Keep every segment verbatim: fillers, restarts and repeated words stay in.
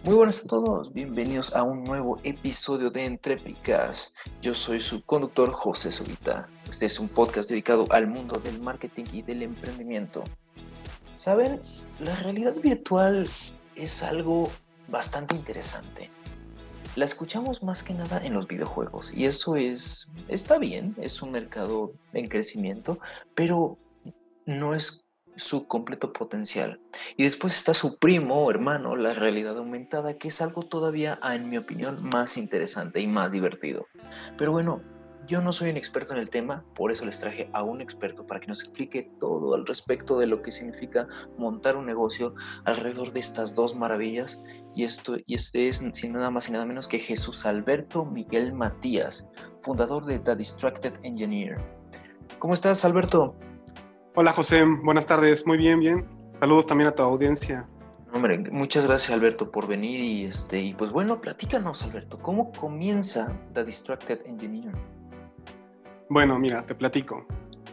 Muy buenas a todos, bienvenidos a un nuevo episodio de Entrépicas. Yo soy su conductor José Zurita. Este es un podcast dedicado al mundo del marketing y del emprendimiento. ¿Saben? La realidad virtual es algo bastante interesante. La escuchamos más que nada en los videojuegos y eso es, está bien, es un mercado en crecimiento, pero no es su completo potencial. Y después está su primo o hermano, la realidad aumentada, que es algo todavía, en mi opinión, más interesante y más divertido. Pero bueno, yo no soy un experto en el tema, por eso les traje a un experto para que nos explique todo al respecto de lo que significa montar un negocio alrededor de estas dos maravillas. Y esto y este es sin nada más y nada menos que Jesús Alberto Miguel Matías, fundador de The Distracted Engineer. ¿Cómo estás, Alberto? Hola José, buenas tardes, muy bien, bien. Saludos también a tu audiencia. Hombre, muchas gracias, Alberto, por venir y este y pues bueno, platícanos, Alberto, ¿cómo comienza The Distracted Engineer? Bueno, mira, te platico.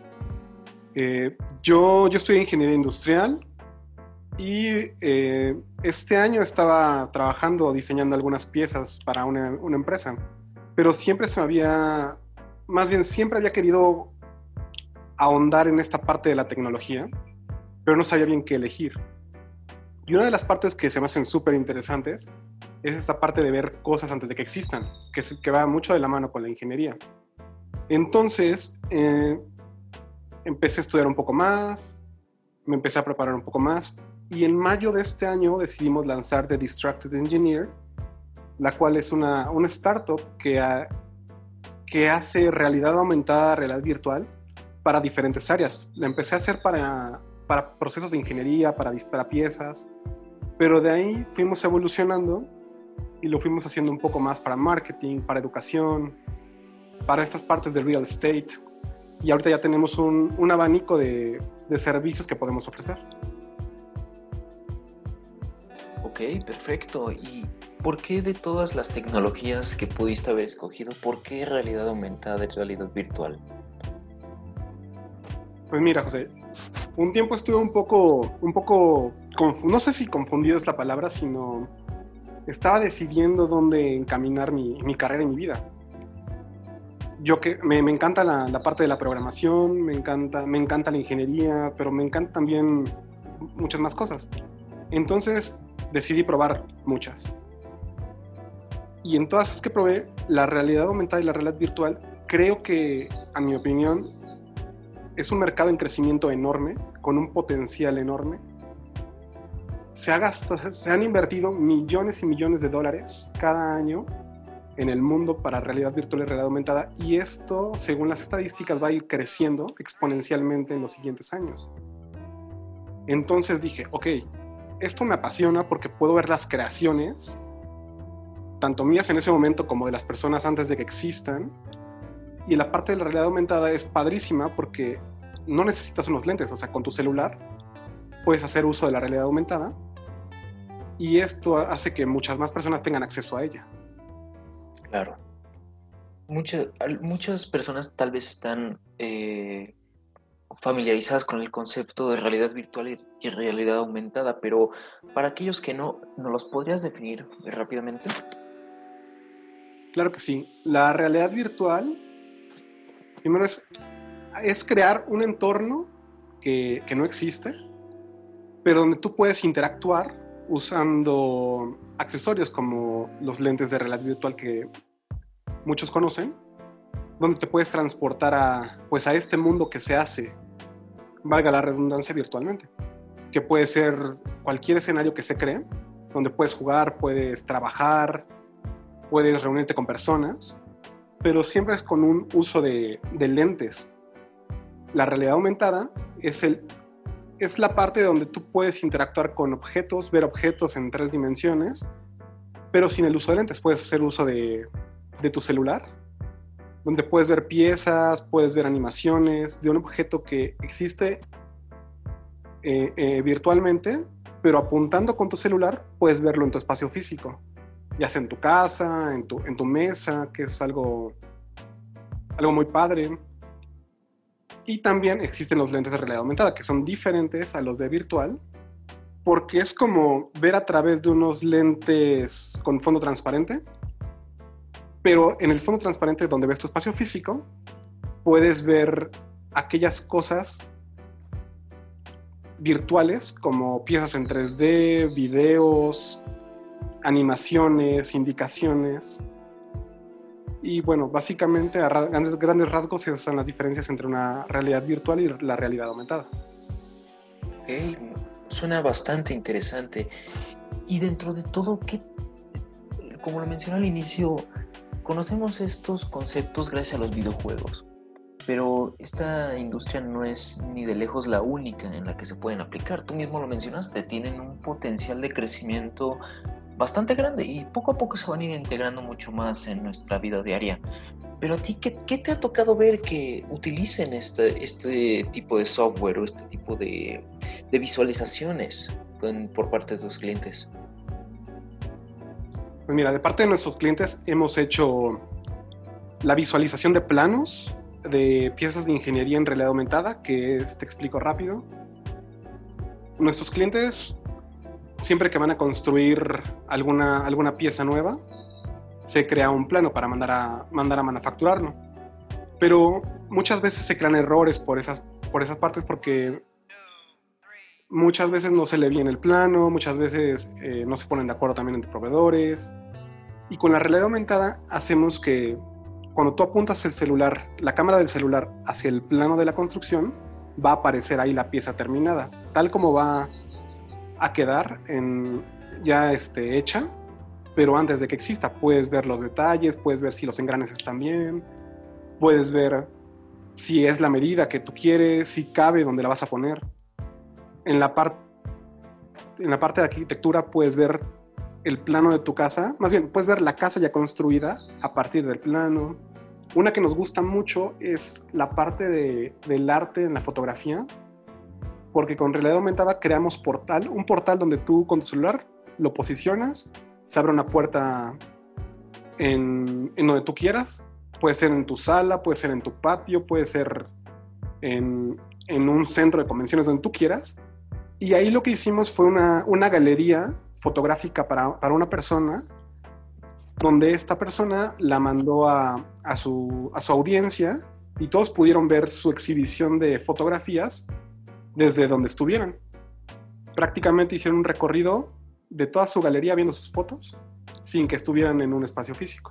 Eh, yo, yo estudié ingeniería industrial y eh, este año estaba trabajando diseñando algunas piezas para una, una empresa, pero siempre se me había, más bien siempre había querido ahondar en esta parte de la tecnología, pero no sabía bien qué elegir. Y una de las partes que se me hacen súper interesantes es esta parte de ver cosas antes de que existan, que, es, que va mucho de la mano con la ingeniería. Entonces, eh, empecé a estudiar un poco más, me empecé a preparar un poco más, y en mayo de este año decidimos lanzar The Distracted Engineer, la cual es una, una startup que, ha, que hace realidad aumentada, realidad virtual, para diferentes áreas. La empecé a hacer para, para procesos de ingeniería, para, para piezas, pero de ahí fuimos evolucionando y lo fuimos haciendo un poco más para marketing, para educación, para estas partes del real estate. Y ahorita ya tenemos un, un abanico de, de servicios que podemos ofrecer. Ok, perfecto. ¿Y por qué de todas las tecnologías que pudiste haber escogido, por qué realidad aumentada y realidad virtual? Pues mira, José, un tiempo estuve un poco, un poco, no sé si confundido es la palabra, sino estaba decidiendo dónde encaminar mi, mi carrera y mi vida. Yo que me, me encanta la, la parte de la programación, me encanta, me encanta la ingeniería, pero me encantan también muchas más cosas. Entonces decidí probar muchas. Y en todas las que probé, la realidad aumentada y la realidad virtual, creo que, a mi opinión, es un mercado en crecimiento enorme, con un potencial enorme. Se, ha gastado, se han invertido millones y millones de dólares cada año en el mundo para realidad virtual y realidad aumentada, y esto, según las estadísticas, va a ir creciendo exponencialmente en los siguientes años. Entonces dije, ok, esto me apasiona porque puedo ver las creaciones, tanto mías en ese momento como de las personas antes de que existan, y la parte de la realidad aumentada es padrísima porque no necesitas unos lentes, o sea, con tu celular puedes hacer uso de la realidad aumentada, y esto hace que muchas más personas tengan acceso a ella. Claro. Muchas, muchas personas tal vez están eh, familiarizadas con el concepto de realidad virtual y, y realidad aumentada, pero para aquellos que no, ¿nos los podrías definir rápidamente? Claro que sí. La realidad virtual, primero es, es crear un entorno que, que no existe, pero donde tú puedes interactuar usando accesorios como los lentes de realidad virtual que muchos conocen, donde te puedes transportar a, pues a este mundo que se hace, valga la redundancia, virtualmente, que puede ser cualquier escenario que se cree, donde puedes jugar, puedes trabajar, puedes reunirte con personas, pero siempre es con un uso de, de lentes. La realidad aumentada es, el, es la parte donde tú puedes interactuar con objetos, ver objetos en tres dimensiones, pero sin el uso de lentes. Puedes hacer uso de, de tu celular, donde puedes ver piezas, puedes ver animaciones de un objeto que existe eh, eh, virtualmente, pero apuntando con tu celular puedes verlo en tu espacio físico, ya sea en tu casa, en tu, en tu mesa, que es algo, algo muy padre. Y también existen los lentes de realidad aumentada, que son diferentes a los de virtual, porque es como ver a través de unos lentes con fondo transparente, pero en el fondo transparente donde ves tu espacio físico, puedes ver aquellas cosas virtuales como piezas en tres D, videos, animaciones, indicaciones. Y bueno, básicamente a grandes, grandes rasgos esas son las diferencias entre una realidad virtual y la realidad aumentada. Ok, suena bastante interesante. Y dentro de todo, ¿qué, como lo mencioné al inicio, conocemos estos conceptos gracias a los videojuegos? Pero esta industria no es ni de lejos la única en la que se pueden aplicar. Tú mismo lo mencionaste, tienen un potencial de crecimiento bastante grande y poco a poco se van a ir integrando mucho más en nuestra vida diaria. Pero a ti, ¿qué, qué te ha tocado ver que utilicen este, este tipo de software o este tipo de, de visualizaciones con, por parte de tus clientes? Pues mira, de parte de nuestros clientes hemos hecho la visualización de planos de piezas de ingeniería en realidad aumentada, que es, te explico rápido. Nuestros clientes, siempre que van a construir alguna, alguna pieza nueva, se crea un plano para mandar a, mandar a manufacturarlo. Pero muchas veces se crean errores por esas, por esas partes porque muchas veces no se lee bien el plano, muchas veces eh, no se ponen de acuerdo también entre proveedores. Y con la realidad aumentada hacemos que cuando tú apuntas el celular, la cámara del celular hacia el plano de la construcción, va a aparecer ahí la pieza terminada, tal como va a quedar en, ya este, hecha, pero antes de que exista. Puedes ver los detalles, puedes ver si los engranes están bien, puedes ver si es la medida que tú quieres, si cabe donde la vas a poner. En la, par- en la parte de arquitectura puedes ver el plano de tu casa, más bien puedes ver la casa ya construida a partir del plano. Una que nos gusta mucho es la parte de, del arte en la fotografía, porque con realidad aumentada creamos portal, un portal donde tú con tu celular lo posicionas, se abre una puerta en, en donde tú quieras, puede ser en tu sala, puede ser en tu patio, puede ser en, en un centro de convenciones donde tú quieras. Y ahí lo que hicimos fue una, una galería fotográfica para, para una persona, donde esta persona la mandó a, a, su, a su audiencia y todos pudieron ver su exhibición de fotografías desde donde estuvieran. Prácticamente hicieron un recorrido de toda su galería viendo sus fotos sin que estuvieran en un espacio físico.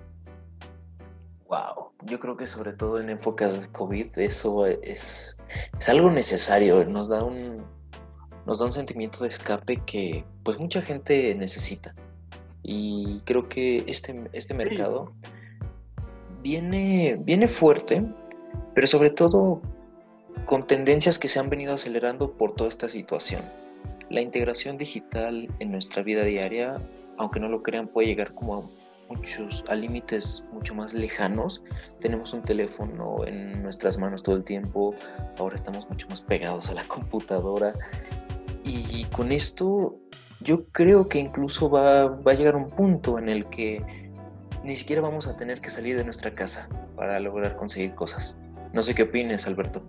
Wow, yo creo que sobre todo en épocas de COVID eso es, es algo necesario, nos da un, nos da un sentimiento de escape que pues mucha gente necesita. Y creo que este, este mercado viene, viene fuerte, pero sobre todo con tendencias que se han venido acelerando por toda esta situación. La integración digital en nuestra vida diaria, aunque no lo crean, puede llegar como a muchos, a límites mucho más lejanos. Tenemos un teléfono en nuestras manos todo el tiempo, ahora estamos mucho más pegados a la computadora. Y con esto yo creo que incluso va, va a llegar un punto en el que ni siquiera vamos a tener que salir de nuestra casa para lograr conseguir cosas. No sé qué opines, Alberto.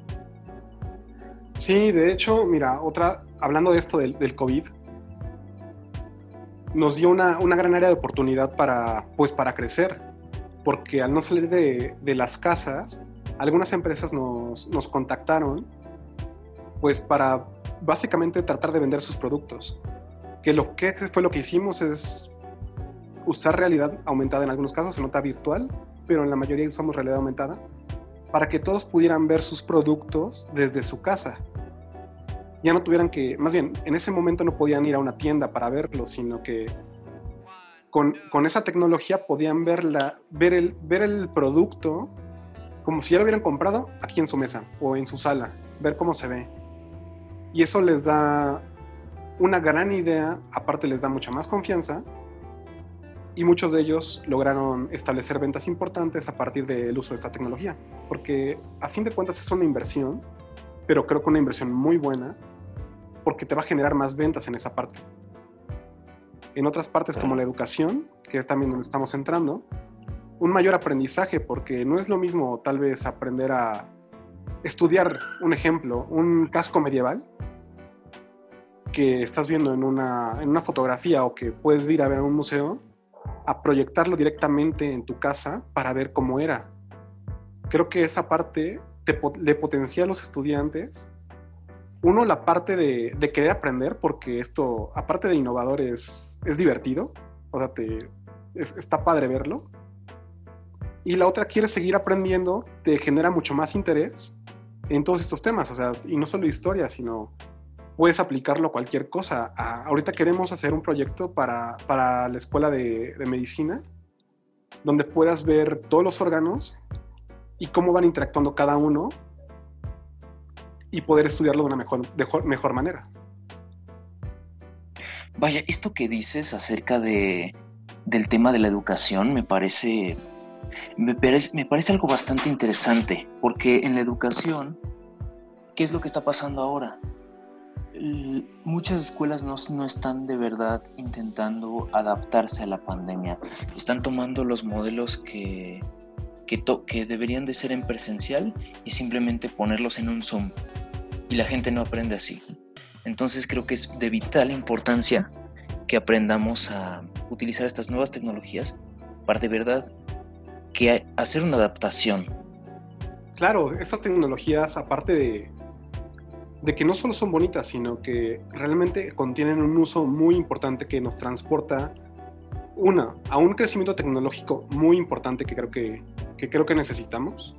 Sí, de hecho, mira, otra, hablando de esto del, del COVID, nos dio una, una gran área de oportunidad para, pues, para crecer, porque al no salir de, de las casas, algunas empresas nos, nos contactaron pues para básicamente tratar de vender sus productos. Que lo que fue lo que hicimos es usar realidad aumentada en algunos casos, se nota virtual, pero en la mayoría usamos realidad aumentada, para que todos pudieran ver sus productos desde su casa. Ya no tuvieran que, más bien, en ese momento no podían ir a una tienda para verlo, sino que con, con esa tecnología podían ver, la, ver, el, ver el producto como si ya lo hubieran comprado aquí en su mesa o en su sala, ver cómo se ve. Y eso les da una gran idea, aparte les da mucha más confianza, y muchos de ellos lograron establecer ventas importantes a partir del uso de esta tecnología, porque a fin de cuentas es una inversión, pero creo que una inversión muy buena, porque te va a generar más ventas en esa parte. En otras partes como la educación, que es también donde estamos entrando, un mayor aprendizaje, porque no es lo mismo tal vez aprender a estudiar, un ejemplo, un casco medieval, que estás viendo en una, en una fotografía o que puedes ir a ver en un museo, a proyectarlo directamente en tu casa para ver cómo era. Creo que esa parte te, le potencia a los estudiantes, uno, la parte de, de querer aprender, porque esto, aparte de innovador, es, es divertido, o sea, te, es, está padre verlo. Y la otra, quieres seguir aprendiendo, te genera mucho más interés en todos estos temas, o sea, y no solo historia, sino puedes aplicarlo a cualquier cosa. A, ahorita queremos hacer un proyecto para, para la escuela de, de medicina, donde puedas ver todos los órganos y cómo van interactuando cada uno y poder estudiarlo de una mejor, mejor, mejor manera. Vaya, esto que dices acerca de, del tema de la educación me parece, me parece, me parece algo bastante interesante, porque en la educación, ¿qué es lo que está pasando ahora? L- muchas escuelas no, no están de verdad intentando adaptarse a la pandemia. Están tomando los modelos que, que, to- que deberían de ser en presencial y simplemente ponerlos en un Zoom. Y la gente no aprende así. Entonces creo que es de vital importancia que aprendamos a utilizar estas nuevas tecnologías para de verdad que hacer una adaptación. Claro, estas tecnologías, aparte de, de que no solo son bonitas, sino que realmente contienen un uso muy importante que nos transporta, una, a un crecimiento tecnológico muy importante que creo que, que, creo que necesitamos.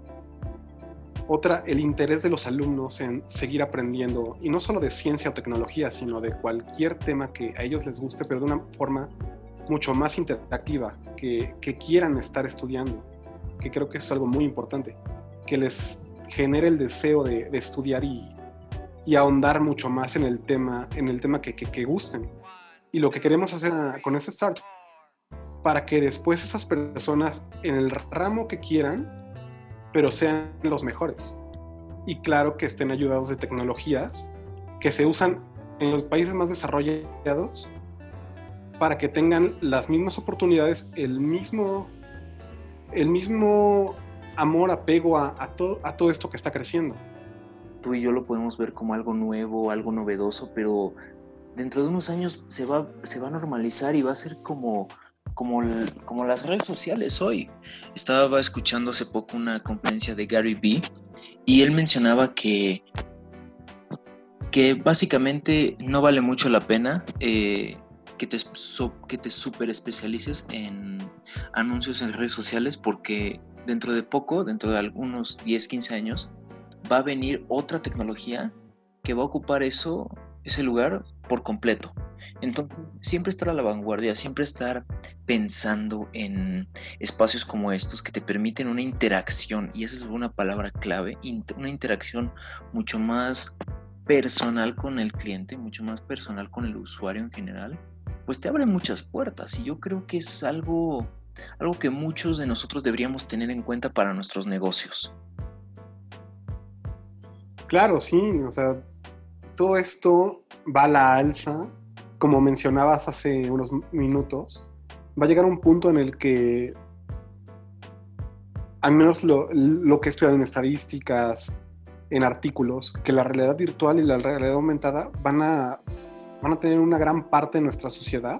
Otra, el interés de los alumnos en seguir aprendiendo, y no solo de ciencia o tecnología, sino de cualquier tema que a ellos les guste, pero de una forma mucho más interactiva, que, que quieran estar estudiando, que creo que es algo muy importante, que les genere el deseo de, de estudiar y, y ahondar mucho más en el tema, en el tema que, que, que gusten. Y lo que queremos hacer con este start, para que después esas personas en el ramo que quieran, pero sean los mejores. Y claro que estén ayudados de tecnologías que se usan en los países más desarrollados para que tengan las mismas oportunidades, el mismo, el mismo amor, apego a, a, todo, a todo esto que está creciendo. Tú y yo lo podemos ver como algo nuevo, algo novedoso, pero dentro de unos años se va, se va a normalizar y va a ser como, como, como las redes sociales hoy. Estaba escuchando hace poco una conferencia de Gary Vee y él mencionaba que, que básicamente no vale mucho la pena eh, que te, so, que te super especialices en anuncios en redes sociales, porque dentro de poco, dentro de algunos diez, quince años, va a venir otra tecnología que va a ocupar eso, ese lugar por completo. Entonces, siempre estar a la vanguardia, siempre estar pensando en espacios como estos que te permiten una interacción, y esa es una palabra clave, una interacción mucho más personal con el cliente, mucho más personal con el usuario en general, pues te abre muchas puertas, y yo creo que es algo, algo que muchos de nosotros deberíamos tener en cuenta para nuestros negocios. Claro, sí, o sea, todo esto va a la alza, como mencionabas hace unos minutos, va a llegar a un punto en el que, al menos lo, lo que he estudiado en estadísticas, en artículos, que la realidad virtual y la realidad aumentada van a, van a tener una gran parte de nuestra sociedad,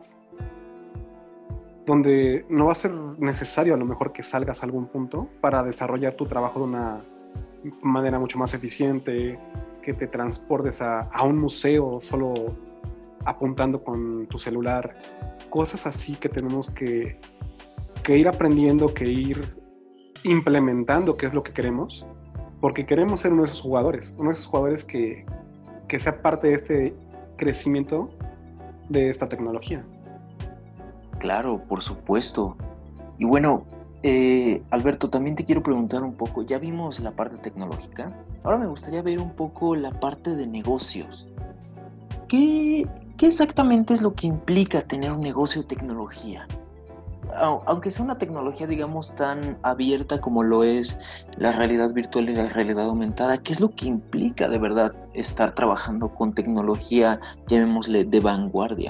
donde no va a ser necesario a lo mejor que salgas a algún punto para desarrollar tu trabajo de una manera mucho más eficiente, que te transportes a, a un museo solo apuntando con tu celular, cosas así que tenemos que, que ir aprendiendo, que ir implementando, que es lo que queremos, porque queremos ser uno de esos jugadores, uno de esos jugadores que, que sea parte de este crecimiento de esta tecnología. Claro, por supuesto. Y bueno, eh, Alberto, también te quiero preguntar un poco, ya vimos la parte tecnológica, ahora me gustaría ver un poco la parte de negocios. ¿Qué, qué exactamente es lo que implica tener un negocio de tecnología? Aunque sea una tecnología, digamos, tan abierta como lo es la realidad virtual y la realidad aumentada, ¿qué es lo que implica de verdad estar trabajando con tecnología, llamémosle, de vanguardia?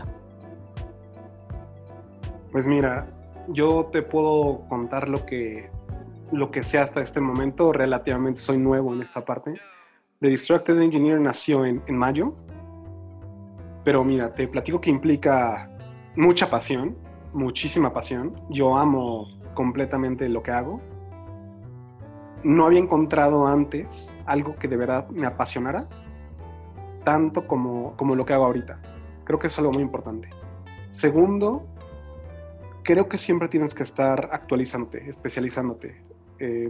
Pues mira, yo te puedo contar lo que, lo que sé hasta este momento. Relativamente soy nuevo en esta parte. The Distracted Engineer nació en, en mayo. Pero mira, te platico que implica mucha pasión, muchísima pasión. Yo amo completamente lo que hago. No había encontrado antes algo que de verdad me apasionara tanto como, como lo que hago ahorita. Creo que es algo muy importante. Segundo, creo que siempre tienes que estar actualizándote, especializándote. Eh,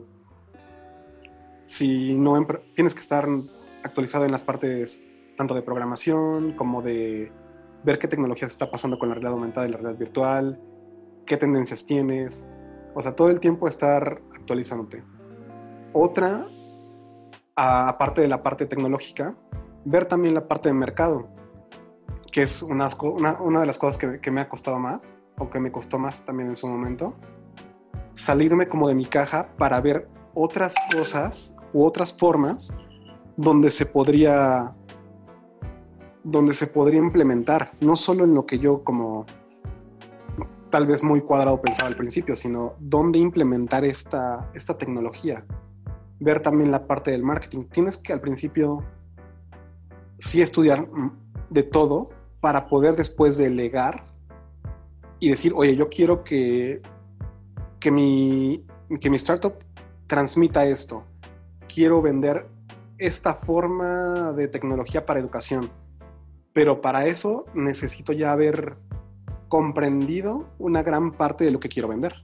si no, tienes que estar actualizado en las partes tanto de programación como de ver qué tecnologías está pasando con la realidad aumentada y la realidad virtual, qué tendencias tienes. O sea, todo el tiempo estar actualizándote. Otra, aparte de la parte tecnológica, ver también la parte de mercado, que es una, una, una de las cosas que, que me ha costado más, o que me costó más también en su momento, salirme como de mi caja para ver otras cosas u otras formas donde se podría donde se podría implementar, no solo en lo que yo como tal vez muy cuadrado pensaba al principio, sino dónde implementar esta, esta tecnología. Ver también la parte del marketing. Tienes que al principio sí estudiar de todo para poder después delegar y decir, oye, yo quiero que, que, mi, que mi startup transmita esto. Quiero vender esta forma de tecnología para educación. Pero para eso necesito ya haber comprendido una gran parte de lo que quiero vender.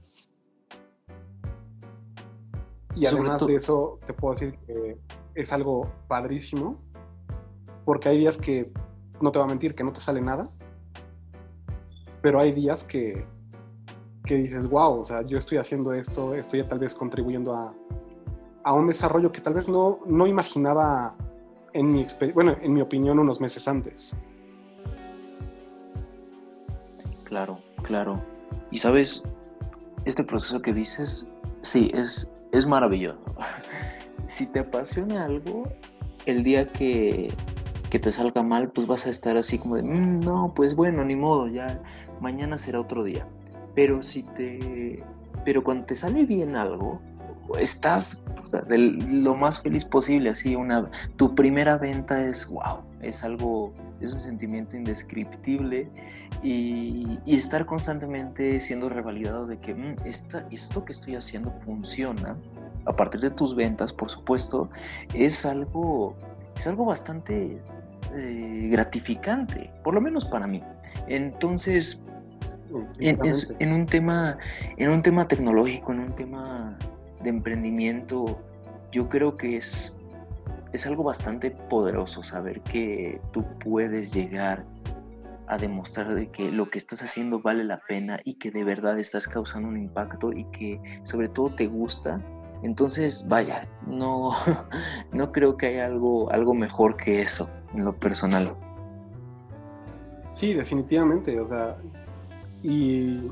Y además de eso, te puedo decir que es algo padrísimo, porque hay días que, no te voy a mentir, que no te sale nada, pero hay días que, que dices, wow, o sea, yo estoy haciendo esto, estoy tal vez contribuyendo a, a un desarrollo que tal vez no, no imaginaba en mi, bueno, en mi opinión, unos meses antes. Claro, claro. Y sabes, este proceso que dices, sí, es, es maravilloso. Si te apasiona algo, el día que, que te salga mal, pues vas a estar así como de, mmm, no, pues bueno, ni modo, ya mañana será otro día. Pero si te, pero cuando te sale bien algo, estás de lo más feliz posible, así una, tu primera venta es wow, es algo, es un sentimiento indescriptible y, y estar constantemente siendo revalidado de que mmm, esta, esto que estoy haciendo funciona a partir de tus ventas, por supuesto, es algo, es algo bastante eh, gratificante, por lo menos para mí. Entonces, en, en, en un tema, en un tema tecnológico, en un tema de emprendimiento, yo creo que es, es algo bastante poderoso saber que tú puedes llegar a demostrar de que lo que estás haciendo vale la pena y que de verdad estás causando un impacto y que sobre todo te gusta. Entonces, vaya, no, no creo que haya algo, algo mejor que eso en lo personal. Sí, definitivamente, o sea, y...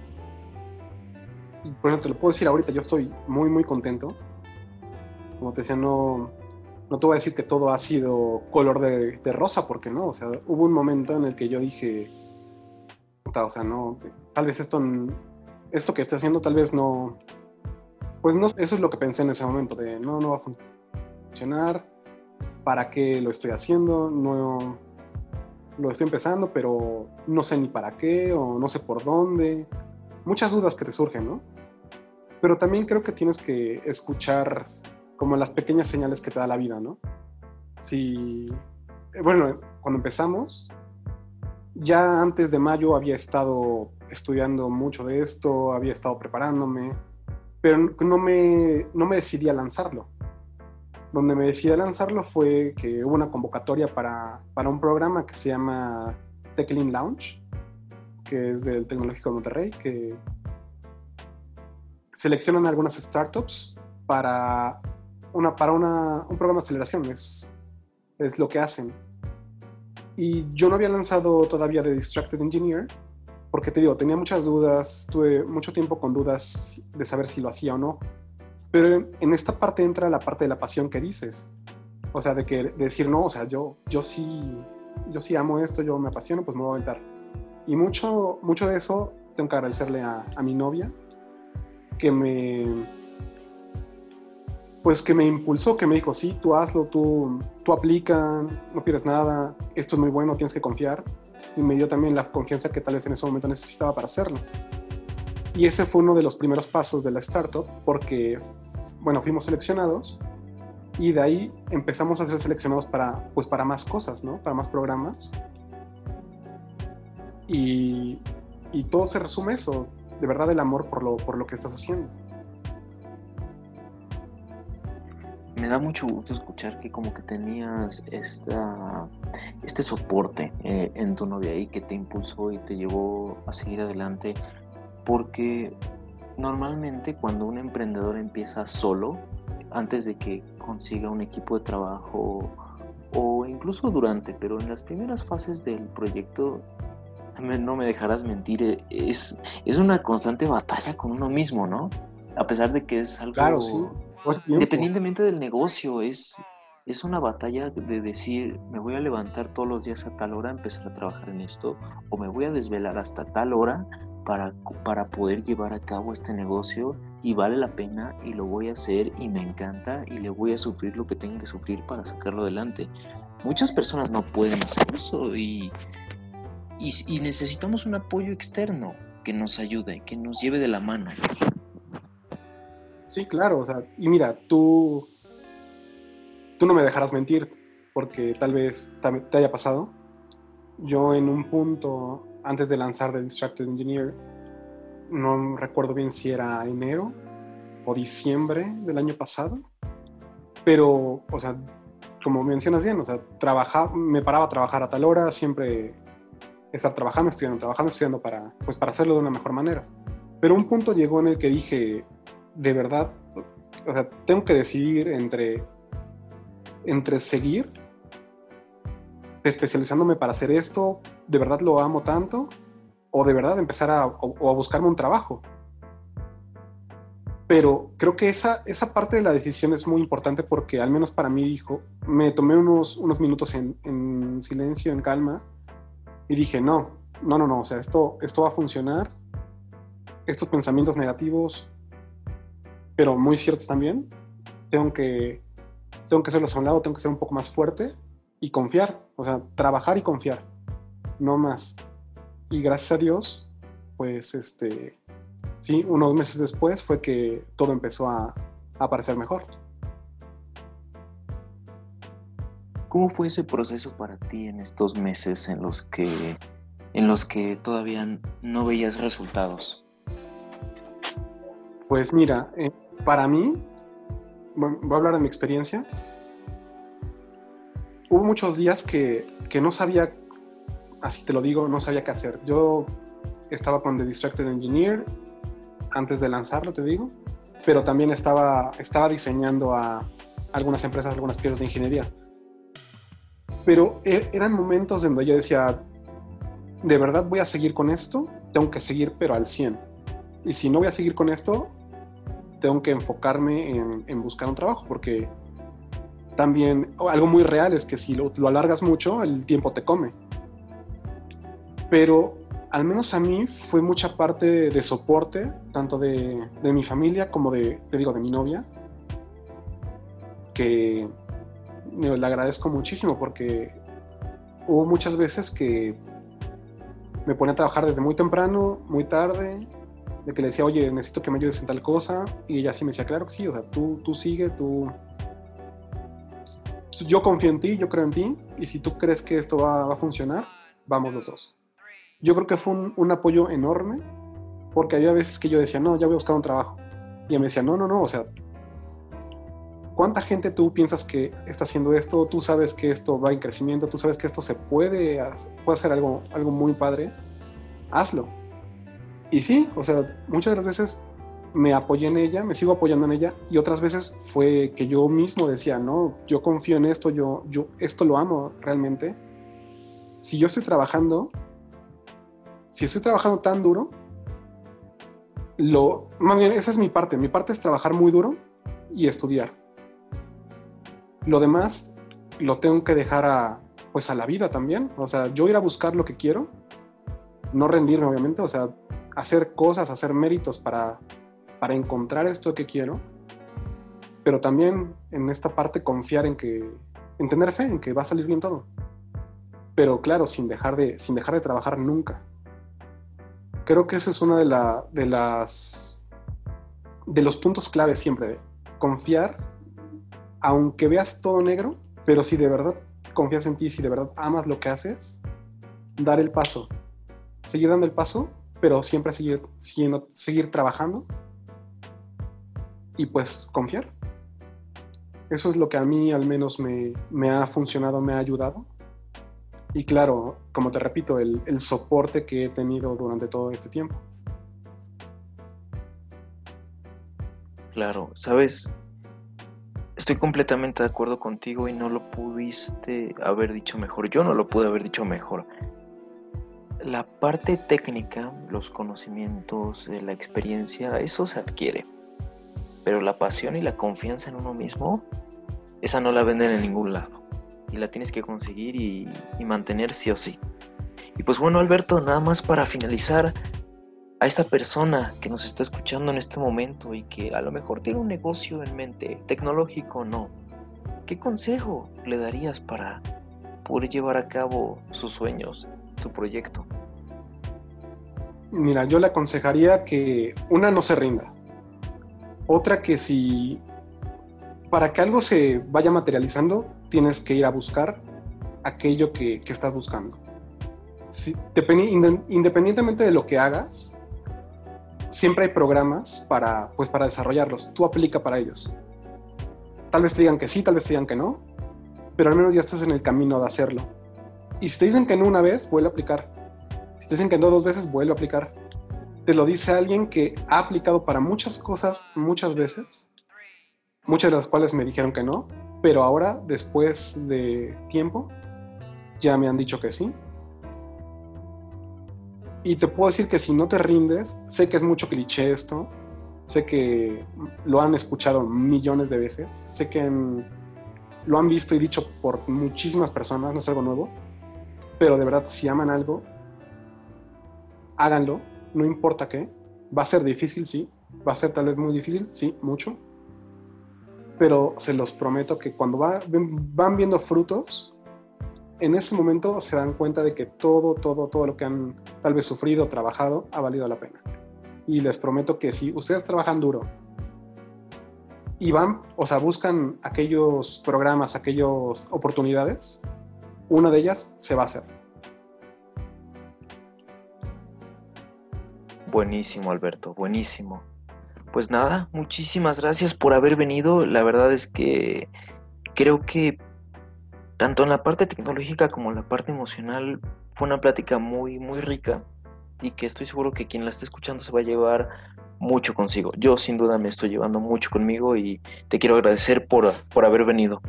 Y por ejemplo, te lo puedo decir ahorita, yo estoy muy, muy contento. Como te decía, no, no te voy a decir que todo ha sido color de, de rosa, porque no. O sea, hubo un momento en el que yo dije, o sea, no, tal vez esto, esto que estoy haciendo, tal vez no, pues no, eso es lo que pensé en ese momento, de no, no va a funcionar, ¿para qué lo estoy haciendo? No, lo estoy empezando, pero no sé ni para qué, o no sé por dónde. Muchas dudas que te surgen, ¿no? Pero también creo que tienes que escuchar como las pequeñas señales que te da la vida, ¿no? Si, bueno, cuando empezamos, ya antes de mayo había estado estudiando mucho de esto, había estado preparándome, pero no me, no me decidí a lanzarlo. Donde me decidí a lanzarlo fue que hubo una convocatoria para, para un programa que se llama TechLean Launch, que es del Tecnológico de Monterrey, que seleccionan algunas startups para, una, para una, un programa de aceleración, es, es lo que hacen. Y yo no había lanzado todavía The Distracted Engineer, porque te digo, tenía muchas dudas, estuve mucho tiempo con dudas de saber si lo hacía o no. Pero en, en esta parte entra la parte de la pasión que dices. O sea, de, que, de decir, no, o sea, yo, yo, sí, yo sí amo esto, yo me apasiono, pues me voy a aventar. Y mucho, mucho de eso tengo que agradecerle a, a mi novia, que me, pues que me impulsó, que me dijo, sí, tú hazlo, tú, tú aplica, no pierdes nada, esto es muy bueno, tienes que confiar. Y me dio también la confianza que tal vez en ese momento necesitaba para hacerlo. Y ese fue uno de los primeros pasos de la startup, porque, bueno, fuimos seleccionados y de ahí empezamos a ser seleccionados para, pues, para más cosas, ¿no? Para más programas. Y, y todo se resume eso, de verdad el amor por lo, por lo que estás haciendo. Me da mucho gusto escuchar que como que tenías esta, este soporte eh, en tu novia ahí que te impulsó y te llevó a seguir adelante, porque normalmente cuando un emprendedor empieza solo, antes de que consiga un equipo de trabajo o incluso durante, pero en las primeras fases del proyecto, no me dejarás mentir, es, es una constante batalla con uno mismo, ¿no? A pesar de que es algo... Claro, sí. Independientemente del negocio, es, es una batalla de decir, me voy a levantar todos los días a tal hora a empezar a trabajar en esto, o me voy a desvelar hasta tal hora para, para poder llevar a cabo este negocio, y vale la pena y lo voy a hacer y me encanta y le voy a sufrir lo que tenga que sufrir para sacarlo adelante. Muchas personas no pueden hacer eso y, y, y necesitamos un apoyo externo que nos ayude, que nos lleve de la mano. Sí, claro, o sea, y mira, tú, tú no me dejarás mentir, porque tal vez te haya pasado. Yo en un punto, antes de lanzar The Distracted Engineer, no recuerdo bien si era enero o diciembre del año pasado, pero, o sea, como mencionas bien, o sea, trabajaba, me paraba a trabajar a tal hora, siempre estar trabajando, estudiando, trabajando, estudiando para, pues, para hacerlo de una mejor manera. Pero un punto llegó en el que dije, de verdad, o sea, tengo que decidir entre, entre seguir especializándome para hacer esto, de verdad lo amo tanto, o de verdad empezar a, o, o a buscarme un trabajo. Pero creo que esa, esa parte de la decisión es muy importante porque, al menos para mí, dijo, me tomé unos, unos minutos en, en silencio, en calma, y dije, no, no, no, no, o sea, esto, esto va a funcionar, estos pensamientos negativos, pero muy ciertos también, tengo que, tengo que hacerlos a un lado, tengo que ser un poco más fuerte y confiar, o sea, trabajar y confiar, no más. Y gracias a Dios, pues, este, sí, unos meses después fue que todo empezó a, a parecer mejor. ¿Cómo fue ese proceso para ti en estos meses en los que, en los que todavía no veías resultados? Pues mira, eh, para mí, bueno, voy a hablar de mi experiencia. Hubo muchos días que, que no sabía, así te lo digo, no sabía qué hacer. Yo estaba con The Distracted Engineer antes de lanzarlo, te digo, pero también estaba, estaba diseñando a algunas empresas, algunas piezas de ingeniería. Pero er, eran momentos donde yo decía, de verdad voy a seguir con esto, tengo que seguir pero al cien. Y si no voy a seguir con esto, tengo que enfocarme en, en buscar un trabajo, porque también algo muy real es que si lo, lo alargas mucho, el tiempo te come. Pero al menos a mí fue mucha parte de, de soporte, tanto de, de mi familia como de, te digo, de mi novia, que le agradezco muchísimo, porque hubo muchas veces que me ponía a trabajar desde muy temprano, muy tarde, de que le decía, oye, necesito que me ayudes en tal cosa, y ella sí me decía, claro que sí, o sea, tú, tú sigue, tú... Yo confío en ti, yo creo en ti, y si tú crees que esto va, va a funcionar, vamos los dos. Yo creo que fue un, un apoyo enorme, porque había veces que yo decía, no, ya voy a buscar un trabajo, y ella me decía, no, no, no, o sea, ¿cuánta gente tú piensas que está haciendo esto? Tú sabes que esto va en crecimiento, tú sabes que esto se puede, puede hacer algo, algo muy padre, hazlo. Y sí, o sea, muchas de las veces me apoyé en ella, me sigo apoyando en ella, y otras veces fue que yo mismo decía, no, yo confío en esto, yo, yo esto lo amo realmente. Si yo estoy trabajando, si estoy trabajando tan duro, lo, más bien, esa es mi parte, mi parte es trabajar muy duro y estudiar. Lo demás lo tengo que dejar a, pues a la vida también, o sea, yo ir a buscar lo que quiero, no rendirme obviamente, o sea, hacer cosas, hacer méritos para, para encontrar esto que quiero, pero también en esta parte confiar en que, en tener fe en que va a salir bien todo. Pero claro, sin dejar de, sin dejar de trabajar nunca. Creo que eso es una de, la, de las de los puntos clave siempre, de confiar, aunque veas todo negro, pero si de verdad confías en ti, si de verdad amas lo que haces, dar el paso, seguir dando el paso, pero siempre seguir, siguiendo, seguir trabajando y pues confiar. Eso es lo que a mí al menos me, me ha funcionado, me ha ayudado. Y claro, como te repito, el, el soporte que he tenido durante todo este tiempo. Claro, sabes, estoy completamente de acuerdo contigo y no lo pudiste haber dicho mejor. Yo no lo pude haber dicho mejor. La parte técnica, los conocimientos, eh, la experiencia, eso se adquiere. Pero la pasión y la confianza en uno mismo, esa no la venden en ningún lado. Y la tienes que conseguir y, y mantener sí o sí. Y pues bueno, Alberto, nada más para finalizar, a esta persona que nos está escuchando en este momento y que a lo mejor tiene un negocio en mente, tecnológico o no, ¿qué consejo le darías para poder llevar a cabo sus sueños, su proyecto? Mira, yo le aconsejaría que una, no se rinda. Otra, que si para que algo se vaya materializando, tienes que ir a buscar aquello que, que estás buscando. Si, depend, independientemente de lo que hagas, siempre hay programas para, pues, para desarrollarlos. Tú aplica para ellos. Tal vez te digan que sí, tal vez te digan que no, pero al menos ya estás en el camino de hacerlo. Y si te dicen que no una vez, vuelve a aplicar. Si te dicen que no dos veces, vuelve a aplicar. Te lo dice alguien que ha aplicado para muchas cosas muchas veces, muchas de las cuales me dijeron que no, pero ahora, después de tiempo, ya me han dicho que sí. Y te puedo decir que si no te rindes, sé que es mucho cliché esto, sé que lo han escuchado millones de veces, sé que en, lo han visto y dicho por muchísimas personas, no es algo nuevo, pero de verdad, si aman algo, háganlo, no importa qué. Va a ser difícil, sí, va a ser tal vez muy difícil, sí, mucho, pero se los prometo que cuando va, van viendo frutos, en ese momento se dan cuenta de que todo, todo, todo lo que han tal vez sufrido, trabajado, ha valido la pena. Y les prometo que si ustedes trabajan duro y van, o sea, buscan aquellos programas, aquellas oportunidades, una de ellas se va a hacer. Buenísimo, Alberto, buenísimo. Pues nada, muchísimas gracias por haber venido. La verdad es que creo que tanto en la parte tecnológica como en la parte emocional fue una plática muy, muy rica y que estoy seguro que quien la esté escuchando se va a llevar mucho consigo. Yo sin duda me estoy llevando mucho conmigo y te quiero agradecer por, por haber venido.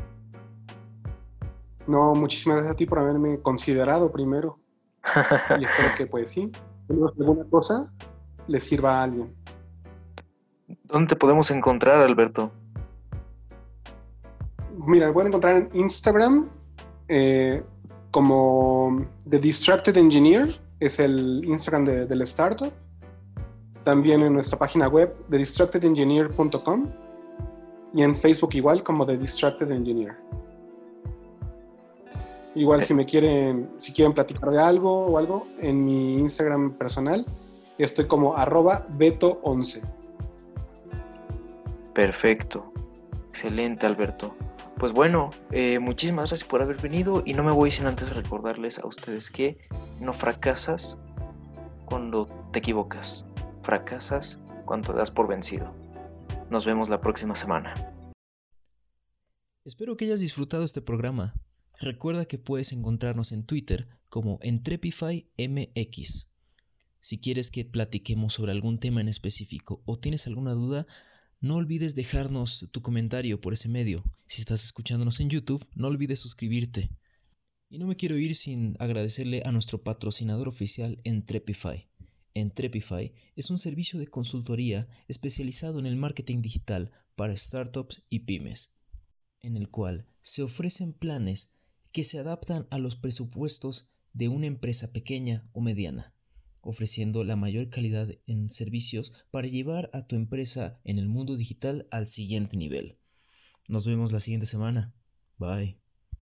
No, muchísimas gracias a ti por haberme considerado primero. Y espero que, pues sí, alguna cosa le sirva a alguien. ¿Dónde te podemos encontrar, Alberto? Mira, me pueden encontrar en Instagram eh, como The Distracted Engineer, es el Instagram de, del startup. También en nuestra página web, the distracted engineer punto com, y en Facebook igual como The Distracted Engineer. Igual eh. si me quieren, si quieren platicar de algo o algo, en mi Instagram personal estoy como arroba beto once. Perfecto, excelente, Alberto. Pues bueno, eh, muchísimas gracias por haber venido y no me voy sin antes recordarles a ustedes que no fracasas cuando te equivocas, fracasas cuando te das por vencido. Nos vemos la próxima semana. Espero que hayas disfrutado este programa. Recuerda que puedes encontrarnos en Twitter como EntrepifyMX. Si quieres que platiquemos sobre algún tema en específico o tienes alguna duda, no olvides dejarnos tu comentario por ese medio. Si estás escuchándonos en YouTube, no olvides suscribirte. Y no me quiero ir sin agradecerle a nuestro patrocinador oficial, Entrepify. Entrepify es un servicio de consultoría especializado en el marketing digital para startups y pymes, en el cual se ofrecen planes que se adaptan a los presupuestos de una empresa pequeña o mediana, ofreciendo la mayor calidad en servicios para llevar a tu empresa en el mundo digital al siguiente nivel. Nos vemos la siguiente semana. Bye.